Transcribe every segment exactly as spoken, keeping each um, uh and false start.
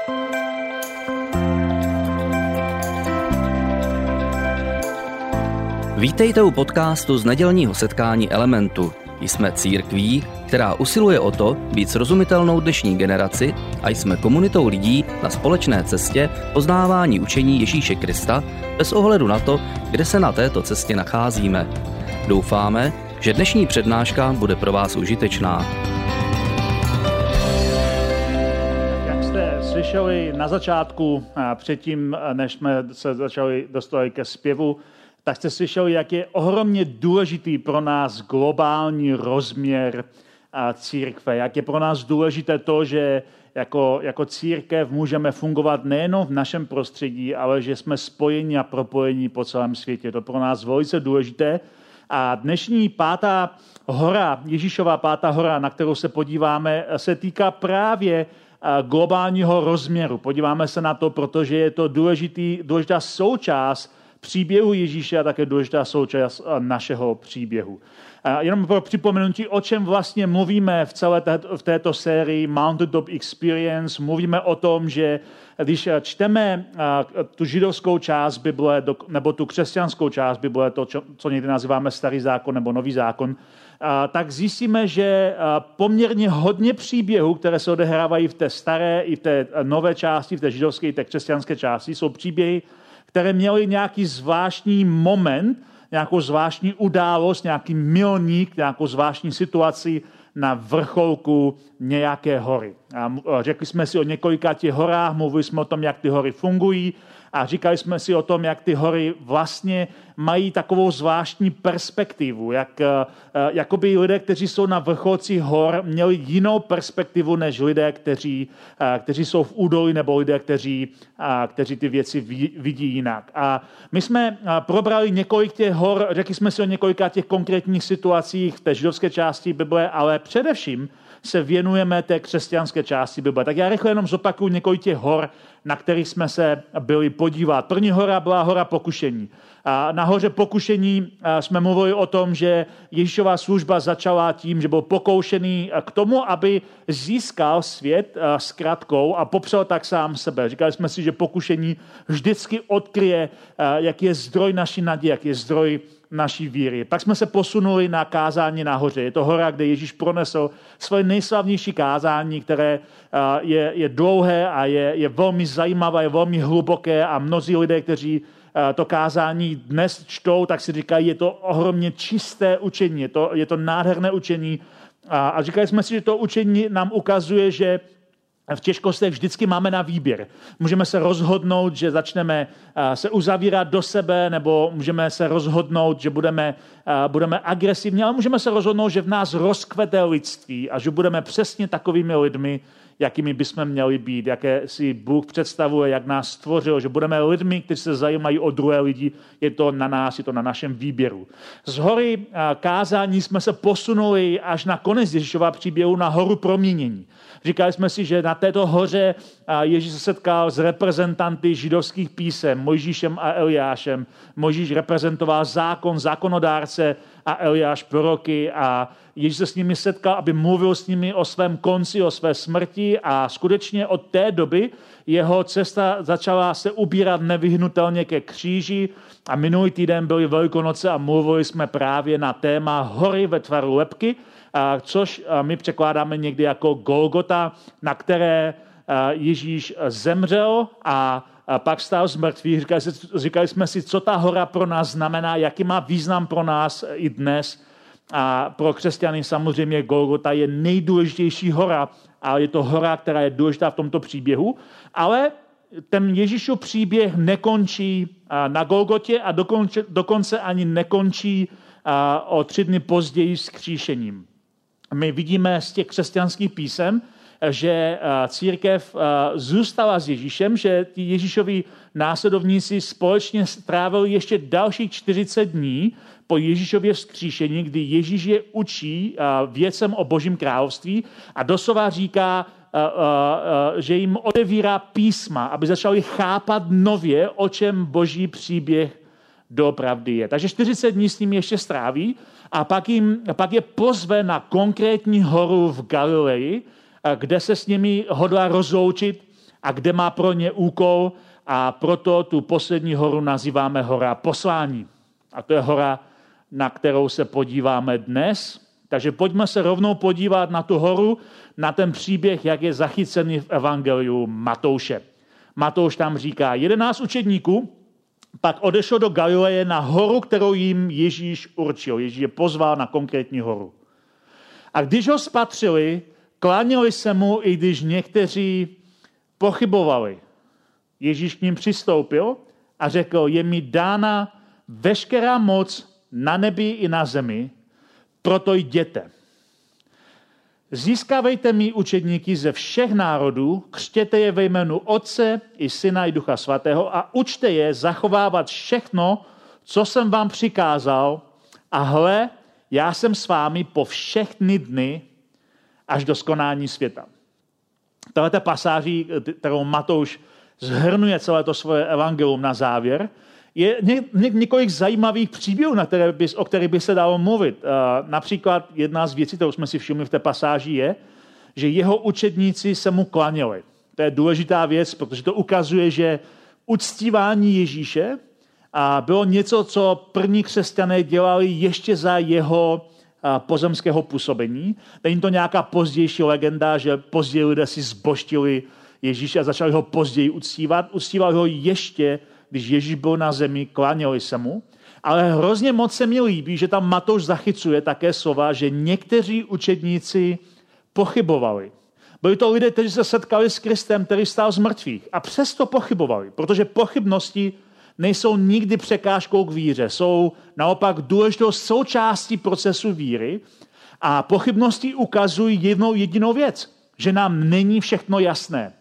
Vítejte u podcastu z nedělního setkání Elementu. Jsme církví, která usiluje o to být srozumitelnou dnešní generaci a jsme komunitou lidí na společné cestě poznávání učení Ježíše Krista bez ohledu na to, kde se na této cestě nacházíme. Doufáme, že dnešní přednáška bude pro vás užitečná. Jak jste slyšeli na začátku, předtím, než jsme se začali dostali ke zpěvu, tak jste slyšeli, jak je ohromně důležitý pro nás globální rozměr církve. Jak je pro nás důležité to, že jako, jako církev můžeme fungovat nejenom v našem prostředí, ale že jsme spojeni a propojeni po celém světě. To je pro nás velice důležité. A dnešní pátá hora, Ježíšova pátá hora, na kterou se podíváme, se týká právě globálního rozměru. Podíváme se na to, protože je to důležitý, důležitá součást příběhu Ježíše a také důležitá součást našeho příběhu. A jenom pro připomenutí, o čem vlastně mluvíme v celé této, v této sérii Mountaintop Experience. Mluvíme o tom, že když čteme tu židovskou část Bible nebo tu křesťanskou část Bible, to, co někdy nazýváme Starý zákon nebo Nový zákon, tak zjistíme, že poměrně hodně příběhů, které se odehrávají v té staré i v té nové části, v té židovské i té křesťanské části, jsou příběhy, které měly nějaký zvláštní moment, nějakou zvláštní událost, nějaký milník, nějakou zvláštní situaci na vrcholku nějaké hory. A řekli jsme si o několika těch horách, mluvili jsme o tom, jak ty hory fungují a říkali jsme si o tom, jak ty hory vlastně mají takovou zvláštní perspektivu, jak jakoby lidé, kteří jsou na vrcholcích hor, měli jinou perspektivu než lidé, kteří, kteří jsou v údolí nebo lidé, kteří, kteří ty věci vidí jinak. A my jsme probrali několik těch hor, řekli jsme si o několika těch konkrétních situacích v té židovské části Bible, ale především se věnujeme té křesťanské části Bible. Tak já rychle jenom zopakuju několik těch hor, na kterých jsme se byli podívat. První hora byla hora pokušení. A na hoře pokušení jsme mluvili o tom, že Ježíšova služba začala tím, že byl pokoušený k tomu, aby získal svět zkratkou a popřel tak sám sebe. Říkali jsme si, že pokušení vždycky odkryje, jaký je zdroj naší naděje, jaký je zdroj naší víry. Pak jsme se posunuli na kázání nahoře. Je to hora, kde Ježíš pronesl svoje nejslavnější kázání, které je, je dlouhé a je, je velmi zajímavé, je velmi hluboké a mnozí lidé, kteří to kázání dnes čtou, tak si říkají, je to ohromně čisté učení, je to, je to nádherné učení. A, a říkali jsme si, že to učení nám ukazuje, že v těžkostech vždycky máme na výběr. Můžeme se rozhodnout, že začneme se uzavírat do sebe, nebo můžeme se rozhodnout, že budeme, budeme agresivní, ale můžeme se rozhodnout, že v nás rozkvete lidství a že budeme přesně takovými lidmi, jakými bychom měli být, jaké si Bůh představuje, jak nás stvořil, že budeme lidmi, kteří se zajímají o druhé lidi, je to na nás, je to na našem výběru. Z hory kázání jsme se posunuli až na konec Ježíšova příběhu na horu proměnění. Říkali jsme si, že na této hoře Ježíš se setkal s reprezentanty židovských písem, Mojžíšem a Eliášem. Mojžíš reprezentoval zákon, zákonodárce a Eliáš proroky a Ježíš se s nimi setkal, aby mluvil s nimi o svém konci, o své smrti a skutečně od té doby jeho cesta začala se ubírat nevyhnutelně ke kříži a minulý týden byly Velikonoce a mluvili jsme právě na téma hory ve tvaru lebky, což my překládáme někdy jako Golgota, na které Ježíš zemřel a pak stál z mrtvých. Říkali, říkali jsme si, co ta hora pro nás znamená, jaký má význam pro nás i dnes. A pro křesťany samozřejmě Golgota je nejdůležitější hora, ale je to hora, která je důležitá v tomto příběhu. Ale ten Ježíšův příběh nekončí na Golgotě a dokonce, dokonce ani nekončí o tři dny později s kříšením. My vidíme z těch křesťanských písem, že církev zůstala s Ježíšem, že ti Ježíšovi následovníci společně strávili ještě dalších čtyřicet dní po Ježíšově vzkříšení, kdy Ježíš je učí věcem o Božím království a doslova říká, že jim odevírá písma, aby začali chápat nově, o čem Boží příběh doopravdy je. Takže čtyřicet dní s ním ještě stráví a pak, jim, pak je pozve na konkrétní horu v Galileji, kde se s nimi hodlá rozloučit a kde má pro ně úkol, a proto tu poslední horu nazýváme hora poslání. A to je hora, na kterou se podíváme dnes. Takže pojďme se rovnou podívat na tu horu, na ten příběh, jak je zachycený v evangeliu Matouše. Matouš tam říká, jedenáct učedníků pak odešlo do Galileje na horu, kterou jim Ježíš určil. Ježíš je pozval na konkrétní horu. A když ho spatřili, kláněli se mu, i když někteří pochybovali. Ježíš k ním přistoupil a řekl, je mi dána veškerá moc na nebi i na zemi, proto jděte. Získávejte mi učedníky ze všech národů, křtěte je ve jménu Otce i Syna i Ducha Svatého a učte je zachovávat všechno, co jsem vám přikázal, a hle, já jsem s vámi po všechny dny až do skonání světa. Tato pasáží, kterou Matouš zhrnuje celé to svoje evangelium na závěr, je ně, ně, několik zajímavých příběhů, na které by, o kterých by se dalo mluvit. Uh, například jedna z věcí, kterou jsme si všimli v té pasáži, je, že jeho učedníci se mu klaněli. To je důležitá věc, protože to ukazuje, že uctívání Ježíše a bylo něco, co první křesťané dělali ještě za jeho a, pozemského působení. Není to nějaká pozdější legenda, že později lidé si zbožtili Ježíše a začali ho později uctívat. Uctívali ho ještě, když Ježíš byl na zemi, klaněli se mu. Ale hrozně moc se mi líbí, že tam Matouš zachycuje také slova, že někteří učedníci pochybovali. Byli to lidé, kteří se setkali s Kristem, který stál z mrtvých, a přesto pochybovali, protože pochybnosti nejsou nikdy překážkou k víře, jsou naopak důležitou součástí procesu víry, a pochybnosti ukazují jednou jedinou věc, že nám není všechno jasné.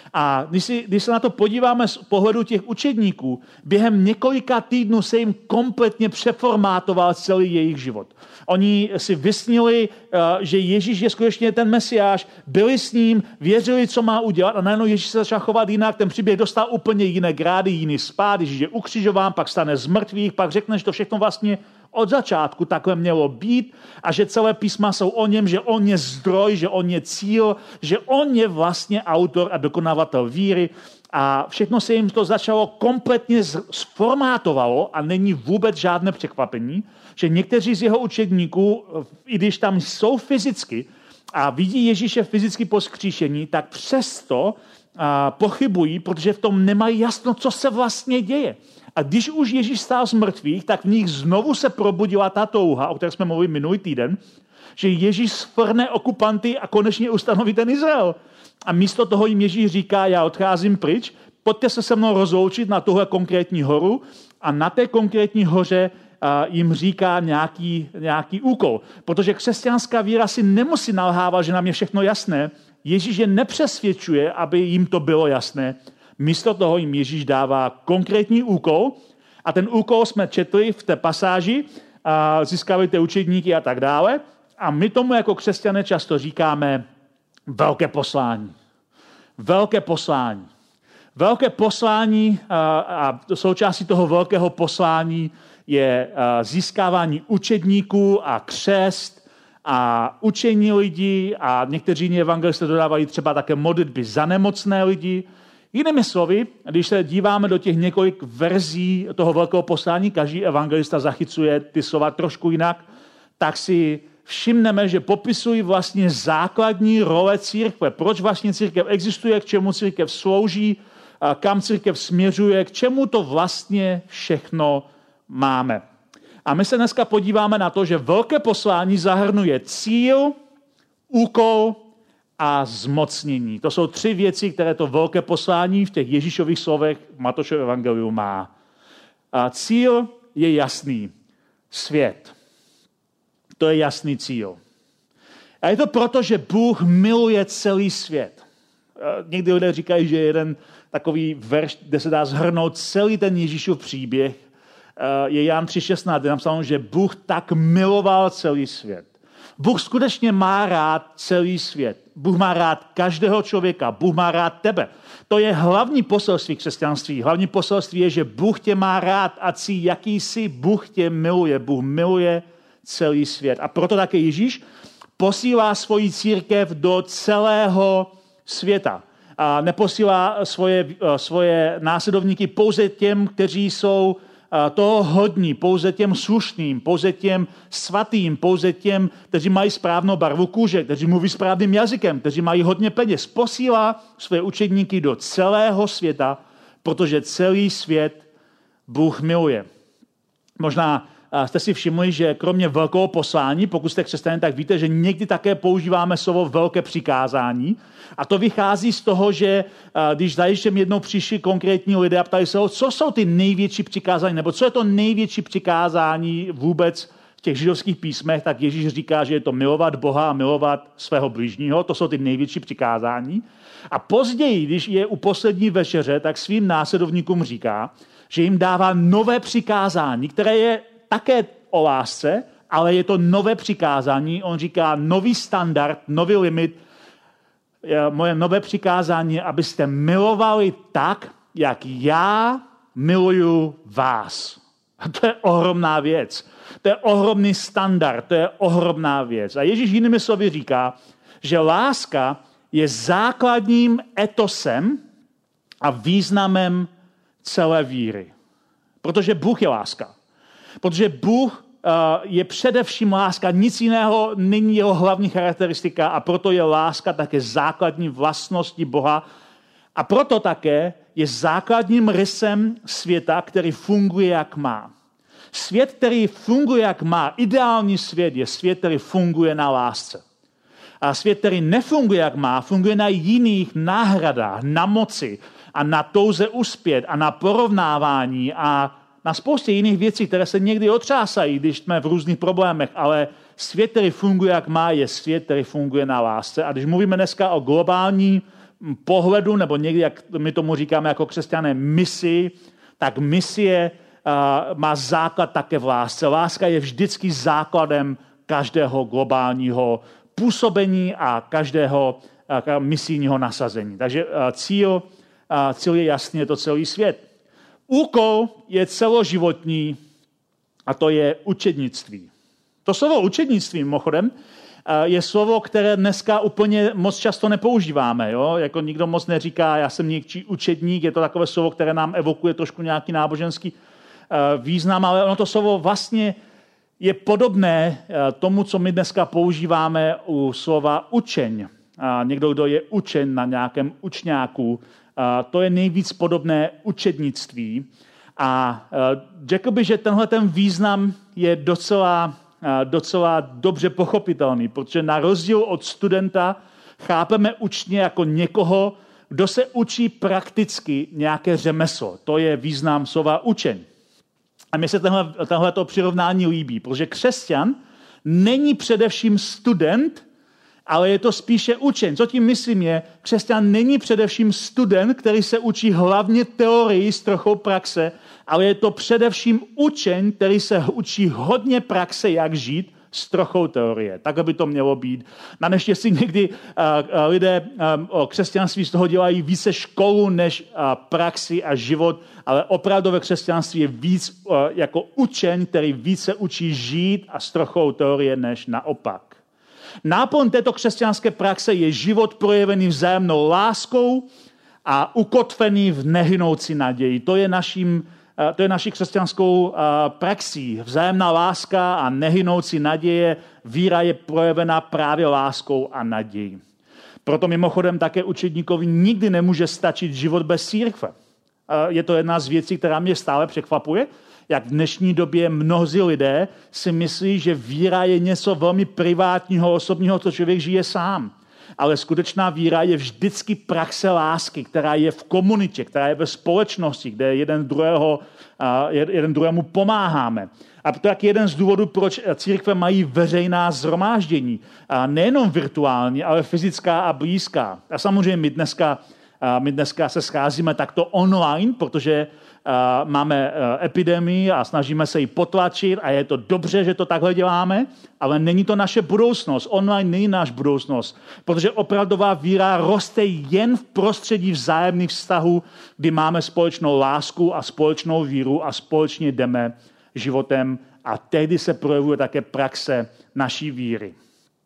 A když, si, když se na to podíváme z pohledu těch učedníků, během několika týdnů se jim kompletně přeformátoval celý jejich život. Oni si vysnili, že Ježíš je skutečně ten Mesiáš, byli s ním, věřili, co má udělat, a najednou Ježíš se začal chovat jinak, ten příběh dostal úplně jiné grády, jiný spád, Ježíš je ukřižován, pak stane z mrtvých, pak řekne, že to všechno vlastně od začátku takhle mělo být a že celé písma jsou o něm, že on je zdroj, že on je cíl, že on je vlastně autor a dokonávatel víry, a všechno se jim to začalo kompletně sformátovalo a není vůbec žádné překvapení, že někteří z jeho učedníků, i když tam jsou fyzicky a vidí Ježíše fyzicky po vzkříšení, tak přesto pochybují, protože v tom nemají jasno, co se vlastně děje. A když už Ježíš stál z mrtvých, tak v nich znovu se probudila ta touha, o které jsme mluvili minulý týden, že Ježíš svrhne okupanty a konečně ustanoví ten Izrael. A místo toho jim Ježíš říká, já odcházím pryč, pojďte se se mnou rozloučit na tuhle konkrétní horu, a na té konkrétní hoře jim říká nějaký, nějaký úkol. Protože křesťanská víra si nemusí nalhávat, že nám je všechno jasné. Ježíš je nepřesvědčuje, aby jim to bylo jasné. Místo toho jim Ježíš dává konkrétní úkol, a ten úkol jsme četli v té pasáži, a získávajte učedníky a tak dále. A my tomu jako křesťané často říkáme velké poslání. Velké poslání. Velké poslání a, a součástí toho velkého poslání je získávání učedníků a křest a učení lidí, a někteří jiní evangelisté dodávají třeba také modlitby za nemocné lidi. Jinými slovy, když se díváme do těch několik verzí toho velkého poslání, každý evangelista zachycuje ty slova trošku jinak, tak si všimneme, že popisují vlastně základní role církve. Proč vlastně církev existuje, k čemu církev slouží, kam církev směřuje, k čemu to vlastně všechno máme. A my se dneska podíváme na to, že velké poslání zahrnuje cíl, úkol a zmocnění. To jsou tři věci, které to velké poslání v těch Ježíšových slovech v Matoušově evangeliu má. A cíl je jasný. Svět. To je jasný cíl. A je to proto, že Bůh miluje celý svět. Někdy lidé říkají, že jeden takový verš, kde se dá shrnout celý ten Ježíšův příběh, je Jan tři šestnáct, kde napsáno, že Bůh tak miloval celý svět. Bůh skutečně má rád celý svět. Bůh má rád každého člověka. Bůh má rád tebe. To je hlavní poselství křesťanství. Hlavní poselství je, že Bůh tě má rád, a si jaký jsi, Bůh tě miluje. Bůh miluje celý svět. A proto také Ježíš posílá svoji církev do celého světa. A neposílá svoje, svoje následovníky pouze těm, kteří jsou toho hodní, pouze těm slušným, pouze těm svatým, pouze těm, kteří mají správnou barvu kůže, kteří mluví správným jazykem, kteří mají hodně peněz. Posílá své učedníky do celého světa, protože celý svět Bůh miluje. Možná jste si všimli, že kromě velkého poslání, pokud jste křesťané, tak víte, že někdy také používáme slovo velké přikázání. A to vychází z toho, že když za Ježíšem jednou přišli konkrétní lidé a ptali se ho, co jsou ty největší přikázání, nebo co je to největší přikázání vůbec v těch židovských písmech, tak Ježíš říká, že je to milovat Boha a milovat svého bližního. To jsou ty největší přikázání. A později, když je u poslední večeře, tak svým následovníkům říká, že jim dává nové přikázání, které je také o lásce, ale je to nové přikázání. On říká nový standard, nový limit. Moje nové přikázání, abyste milovali tak, jak já miluju vás. A to je ohromná věc. To je ohromný standard, to je ohromná věc. A Ježíš jinými slovy říká, že láska je základním etosem a významem celé víry. Protože Bůh je láska. Protože Bůh je především láska, nic jiného není jeho hlavní charakteristika a proto je láska také základní vlastností Boha a proto také je základním rysem světa, který funguje, jak má. Svět, který funguje, jak má, ideální svět je svět, který funguje na lásce. A svět, který nefunguje, jak má, funguje na jiných náhradách, na moci a na touze uspět a na porovnávání a na spoustě jiných věcí, které se někdy otřásají, když jsme v různých problémech, ale svět, který funguje, jak má, je svět, který funguje na lásce. A když mluvíme dneska o globální pohledu, nebo někdy, jak my tomu říkáme jako křesťané, misi, tak misie uh, má základ také v lásce. Láska je vždycky základem každého globálního působení a každého uh, misijního nasazení. Takže uh, cíl, uh, cíl je jasný, je to celý svět. Úkol je celoživotní a to je učednictví. To slovo učednictví, mimochodem, je slovo, které dneska úplně moc často nepoužíváme. Jo? Jako nikdo moc neříká, já jsem někčí učedník, je to takové slovo, které nám evokuje trošku nějaký náboženský význam, ale ono to slovo vlastně je podobné tomu, co my dneska používáme u slova učeň. Někdo, kdo je učen na nějakém učňáku, to je nejvíc podobné učednictví. A řekl bych, že tenhle ten význam je docela, docela dobře pochopitelný, protože na rozdíl od studenta chápeme učně jako někoho, kdo se učí prakticky nějaké řemeslo. To je význam slova učeň. A mně se tenhle, tenhleto přirovnání líbí, protože křesťan není především student, ale je to spíše učeň. Co tím myslím je, křesťan není především student, který se učí hlavně teorii s trochou praxe, ale je to především učeň, který se učí hodně praxe, jak žít s trochou teorie. Tak by to mělo být. Na neštěstí někdy uh, uh, lidé um, o křesťanství z toho dělají více školu než uh, praxi a život, ale opravdové křesťanství je víc uh, jako učeň, který více učí žít a s trochou teorie než naopak. Náplň této křesťanské praxe je život projevený vzájemnou láskou a ukotvený v nehynoucí naději. To je, naším, to je naší křesťanskou praxí. Vzájemná láska a nehynoucí naděje, víra je projevena právě láskou a nadějí. Proto mimochodem také učedníkovi nikdy nemůže stačit život bez církve. Je to jedna z věcí, která mě stále překvapuje, jak v dnešní době mnozí lidé si myslí, že víra je něco velmi privátního, osobního, co člověk žije sám. Ale skutečná víra je vždycky praxe lásky, která je v komunitě, která je ve společnosti, kde jeden, druhého, jeden druhému pomáháme. A to je jeden z důvodů, proč církve mají veřejná shromáždění. Nejenom virtuální, ale fyzická a blízká. A samozřejmě my dneska, my dneska se scházíme takto online, protože Uh, máme uh, epidemii a snažíme se ji potlačit a je to dobře, že to takhle děláme, ale není to naše budoucnost. Online není náš budoucnost, protože opravdová víra roste jen v prostředí vzájemných vztahů, kdy máme společnou lásku a společnou víru a společně jdeme životem a tehdy se projevuje také praxe naší víry.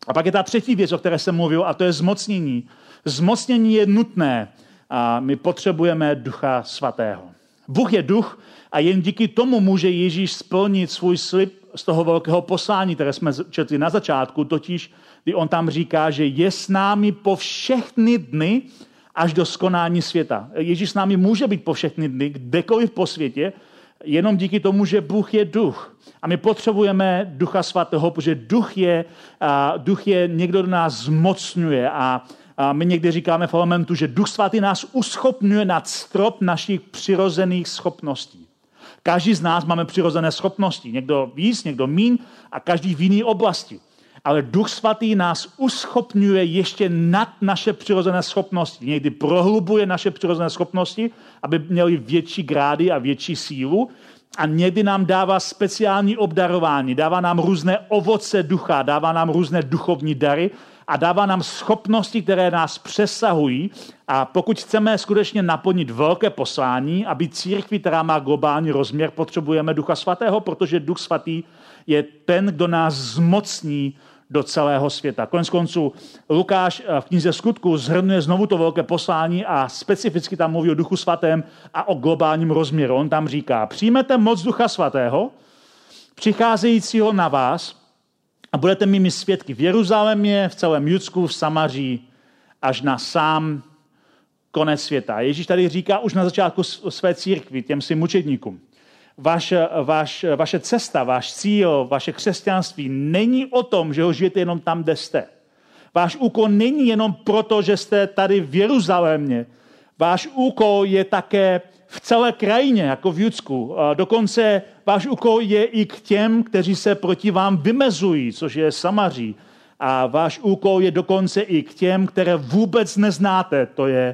A pak je ta třetí věc, o které jsem mluvil, a to je zmocnění. Zmocnění je nutné a my potřebujeme Ducha Svatého. Bůh je duch a jen díky tomu může Ježíš splnit svůj slib z toho velkého poslání, které jsme četli na začátku, totiž kdy on tam říká, že je s námi po všechny dny až do skonání světa. Ježíš s námi může být po všechny dny, kdekoliv po světě, jenom díky tomu, že Bůh je duch. A my potřebujeme Ducha Svatého, protože duch je, a duch je někdo, kdo nás zmocňuje. A, a my někdy říkáme v elementu, že Duch Svatý nás uschopňuje nad strop našich přirozených schopností. Každý z nás máme přirozené schopnosti. Někdo víc, někdo míň a každý v jiné oblasti. Ale Duch Svatý nás uschopňuje ještě nad naše přirozené schopnosti. Někdy prohlubuje naše přirozené schopnosti, aby měli větší grády a větší sílu. A někdy nám dává speciální obdarování, dává nám různé ovoce ducha, dává nám různé duchovní dary a dává nám schopnosti, které nás přesahují. A pokud chceme skutečně naplnit velké poslání a být církví, která má globální rozměr, potřebujeme Ducha Svatého, protože Duch Svatý je ten, kdo nás zmocní do celého světa. Konec konců Lukáš v knize Skutků shrnuje znovu to velké poslání a specificky tam mluví o Duchu Svatém a o globálním rozměru. On tam říká, přijmete moc Ducha Svatého, přicházejícího na vás a budete mými svědky v Jeruzalémě, v celém Judsku, v Samaří, až na sám konec světa. Ježíš tady říká už na začátku své církvi těm svým mučedníkům. Vaš, vaš, vaše cesta, váš cíl, vaše křesťanství není o tom, že ho žijete jenom tam, kde jste. Váš úkol není jenom proto, že jste tady v Jeruzalémě. Váš úkol je také v celé krajině, jako v Judsku. Dokonce váš úkol je i k těm, kteří se proti vám vymezují, což je Samaří. A váš úkol je dokonce i k těm, které vůbec neznáte, to je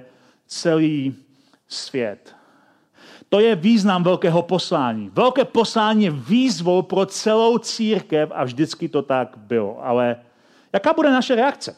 celý svět. To je význam velkého poslání. Velké poslání je výzvou pro celou církev a vždycky to tak bylo. Ale jaká bude naše reakce?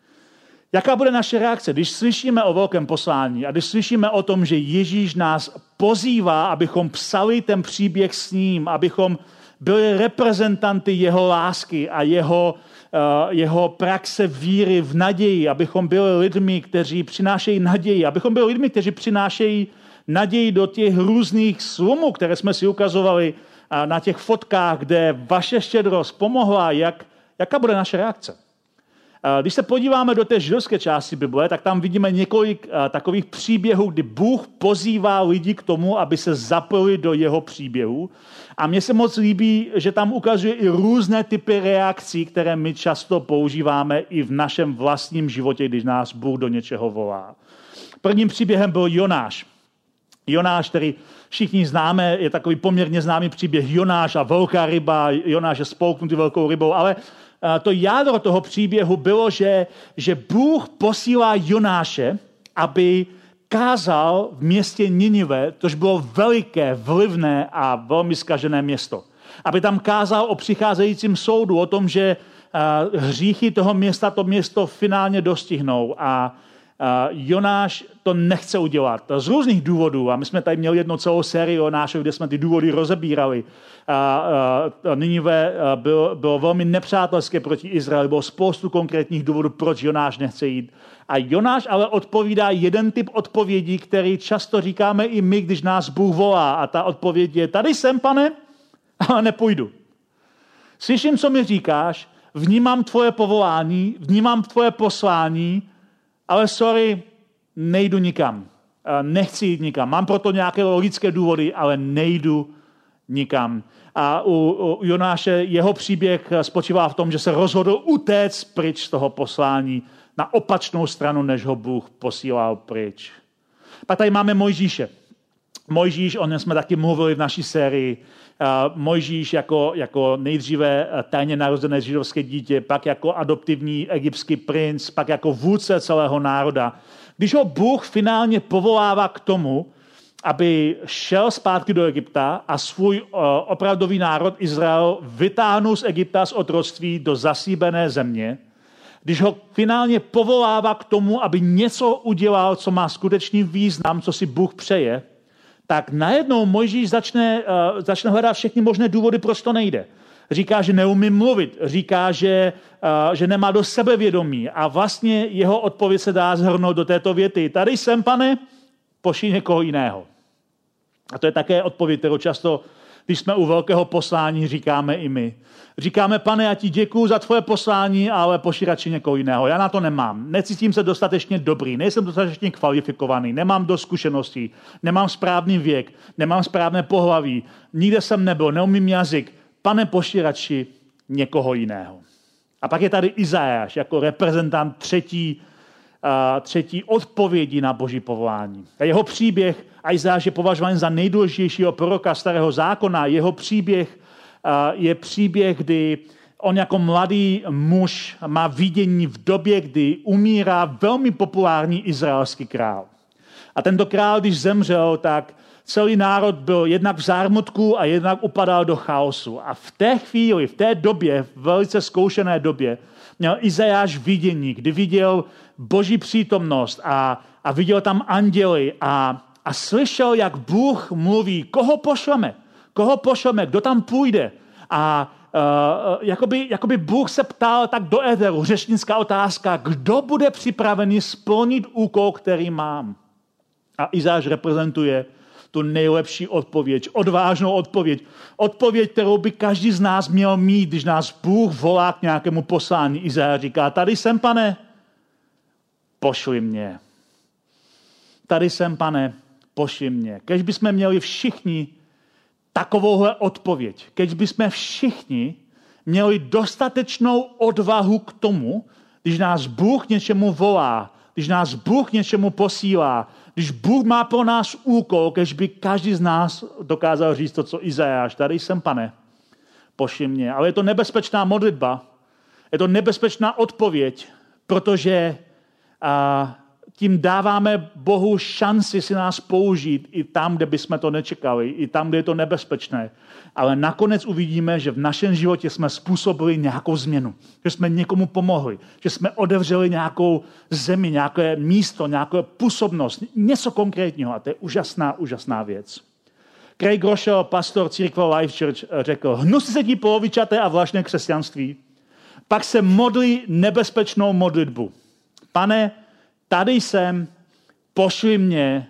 Jaká bude naše reakce, když slyšíme o velkém poslání a když slyšíme o tom, že Ježíš nás pozývá, abychom psali ten příběh s ním, abychom byli reprezentanty jeho lásky a jeho, uh, jeho praxe víry v naději, abychom byli lidmi, kteří přinášejí naději, abychom byli lidmi, kteří přinášejí naději do těch různých slumů, které jsme si ukazovali na těch fotkách, kde vaše štědrost pomohla, jak, jaká bude naše reakce. Když se podíváme do té židovské části Bible, tak tam vidíme několik takových příběhů, kdy Bůh pozývá lidi k tomu, aby se zapojili do jeho příběhu. A mně se moc líbí, že tam ukazuje i různé typy reakcí, které my často používáme i v našem vlastním životě, když nás Bůh do něčeho volá. Prvním příběhem byl Jonáš. Jonáš, který všichni známe, je takový poměrně známý příběh Jonáš a velká ryba, Jonáš je spouknutý velkou rybou, ale to jádro toho příběhu bylo, že, že Bůh posílá Jonáše, aby kázal v městě Ninive, což bylo veliké, vlivné a velmi zkažené město. Aby tam kázal o přicházejícím soudu, o tom, že hříchy toho města to město finálně dostihnou a Jonáš to nechce udělat z různých důvodů a my jsme tady měli jednu celou sérii Jonášů, kde jsme ty důvody rozebírali. Ninive bylo, bylo velmi nepřátelské proti Izraeli, bylo spoustu konkrétních důvodů, proč Jonáš nechce jít. A Jonáš ale odpovídá jeden typ odpovědí, který často říkáme i my, když nás Bůh volá. A ta odpověď je, tady jsem, pane, ale nepůjdu. Slyším, co mi říkáš, vnímám tvoje povolání, vnímám tvoje poslání, ale sorry, nejdu nikam. Nechci jít nikam. Mám proto nějaké logické důvody, ale nejdu nikam. A u, u Jonáše jeho příběh spočívá v tom, že se rozhodl utéct pryč z toho poslání na opačnou stranu, než ho Bůh posílal pryč. Pak tady máme Mojžíše. Mojžíš, o něm jsme taky mluvili v naší sérii. Mojžíš jako, jako nejdříve tajně narozené židovské dítě, pak jako adoptivní egyptský princ, pak jako vůdce celého národa. Když ho Bůh finálně povolává k tomu, aby šel zpátky do Egypta a svůj opravdový národ Izrael vytáhnul z Egypta z otroctví do zasíbené země, když ho finálně povolává k tomu, aby něco udělal, co má skutečný význam, co si Bůh přeje, tak najednou Mojžíš začne, uh, začne hledat všechny možné důvody, proč to nejde. Říká, že neumí mluvit, říká, že, uh, že nemá do sebevědomí a vlastně jeho odpověď se dá zhrnout do této věty. Tady jsem, pane, pošli někoho jiného. A to je také odpověď, kterou často, když jsme u velkého poslání, říkáme i my. Říkáme, pane, já ti děkuju za tvoje poslání, ale pošli radši někoho jiného. Já na to nemám. Necítím se dostatečně dobrý, nejsem dostatečně kvalifikovaný, nemám dost zkušeností, nemám správný věk, nemám správné pohlaví, nikde jsem nebyl, neumím jazyk. Pane, pošli radši někoho jiného. A pak je tady Izajáš jako reprezentant třetí, uh, třetí odpovědi na Boží povolání. A jeho příběh, a Izajáš je považován za nejdůležitějšího proroka starého zákona, jeho příběh uh, je příběh, kdy on jako mladý muž má vidění v době, kdy umírá velmi populární izraelský král. A tento král, když zemřel, tak celý národ byl jednak v zármutku a jednak upadal do chaosu. A v té chvíli, v té době, v velice zkoušené době, měl Izajáš vidění, kdy viděl Boží přítomnost a, a viděl tam anděly a, a slyšel, jak Bůh mluví, koho pošleme, koho pošleme, kdo tam půjde. A uh, jakoby, jakoby Bůh se ptal tak do éteru, řečnická otázka, kdo bude připravený splnit úkol, který mám. A Izajáš reprezentuje tu nejlepší odpověď, odvážnou odpověď. Odpověď, kterou by každý z nás měl mít, když nás Bůh volá k nějakému poslání. Izajáš říká, tady jsem, pane, pošli mě. Tady jsem, pane, pošli mě. Kež bychom měli všichni takovouhle odpověď. Kež bychom všichni měli dostatečnou odvahu k tomu, když nás Bůh něčemu volá, když nás Bůh něčemu posílá, když Bůh má pro nás úkol, kež by každý z nás dokázal říct to, co Izajáš. Tady jsem, pane, pošli mě. Ale je to nebezpečná modlitba, je to nebezpečná odpověď, protože a, tím dáváme Bohu šanci si nás použít i tam, kde bychom to nečekali, i tam, kde je to nebezpečné. Ale nakonec uvidíme, že v našem životě jsme způsobili nějakou změnu, že jsme někomu pomohli, že jsme otevřeli nějakou zemi, nějaké místo, nějakou působnost, něco konkrétního a to je úžasná, úžasná věc. Craig Groeschel, pastor církve Life Church, řekl, hnusí se ti polovičaté a vlašné křesťanství, pak se modlí nebezpečnou modlitbu. Pane, tady jsem, pošli mě,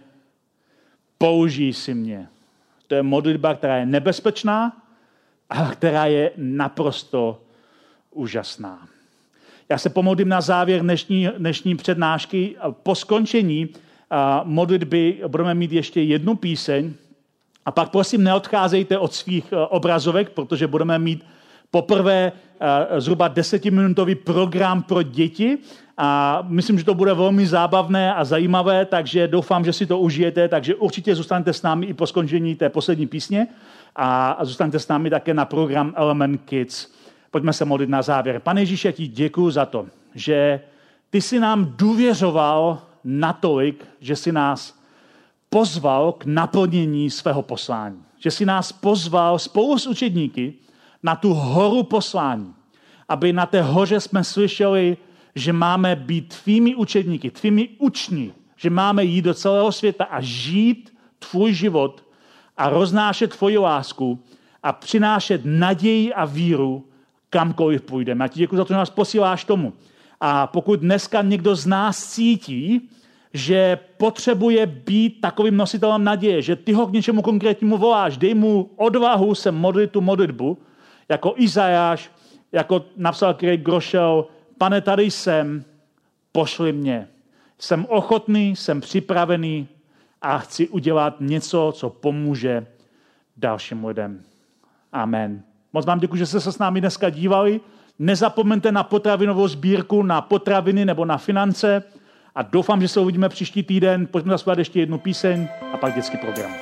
použij si mě. To je modlitba, která je nebezpečná a která je naprosto úžasná. Já se pomodlím na závěr dnešní, dnešní přednášky. Po skončení modlitby budeme mít ještě jednu píseň a pak prosím neodcházejte od svých obrazovek, protože budeme mít poprvé zhruba desetiminutový program pro děti a myslím, že to bude velmi zábavné a zajímavé, takže doufám, že si to užijete, takže určitě zůstanete s námi i po skončení té poslední písně a zůstanete s námi také na program Element Kids. Pojďme se modlit na závěr. Pane Ježíši, já ti děkuju za to, že ty jsi nám důvěřoval natolik, že jsi nás pozval k naplnění svého poslání. Že jsi nás pozval spolu s učedníky na tu horu poslání, aby na té hoře jsme slyšeli, že máme být tvými učedníky, tvými učni, že máme jít do celého světa a žít tvůj život a roznášet tvoji lásku a přinášet naději a víru kamkoliv půjdeme. Já ti děkuji za to, že nás posíláš tomu. A pokud dneska někdo z nás cítí, že potřebuje být takovým nositelem naděje, že ty ho k něčemu konkrétnímu voláš, dej mu odvahu se modlit tu modlitbu, jako Izajáš, jako napsal Craig Groeschel, pane, tady jsem, pošli mě. Jsem ochotný, jsem připravený a chci udělat něco, co pomůže dalším lidem. Amen. Moc vám děkuji, že jste se s námi dneska dívali. Nezapomeňte na potravinovou sbírku, na potraviny nebo na finance a doufám, že se uvidíme příští týden. Pojďme zaspívat ještě jednu píseň a pak dětský program.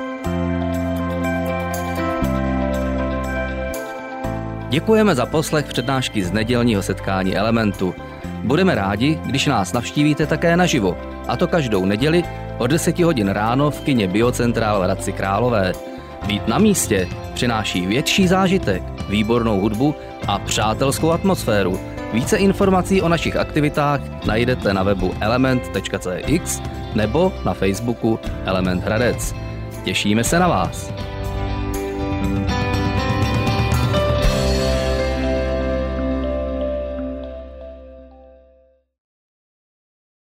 Děkujeme za poslech přednášky z nedělního setkání Elementu. Budeme rádi, když nás navštívíte také naživo, a to každou neděli od deseti hodin ráno v kině Biocentrál v Hradci Králové. Být na místě přináší větší zážitek, výbornou hudbu a přátelskou atmosféru. Více informací o našich aktivitách najdete na webu element tečka cé x nebo na Facebooku Element Hradec. Těšíme se na vás.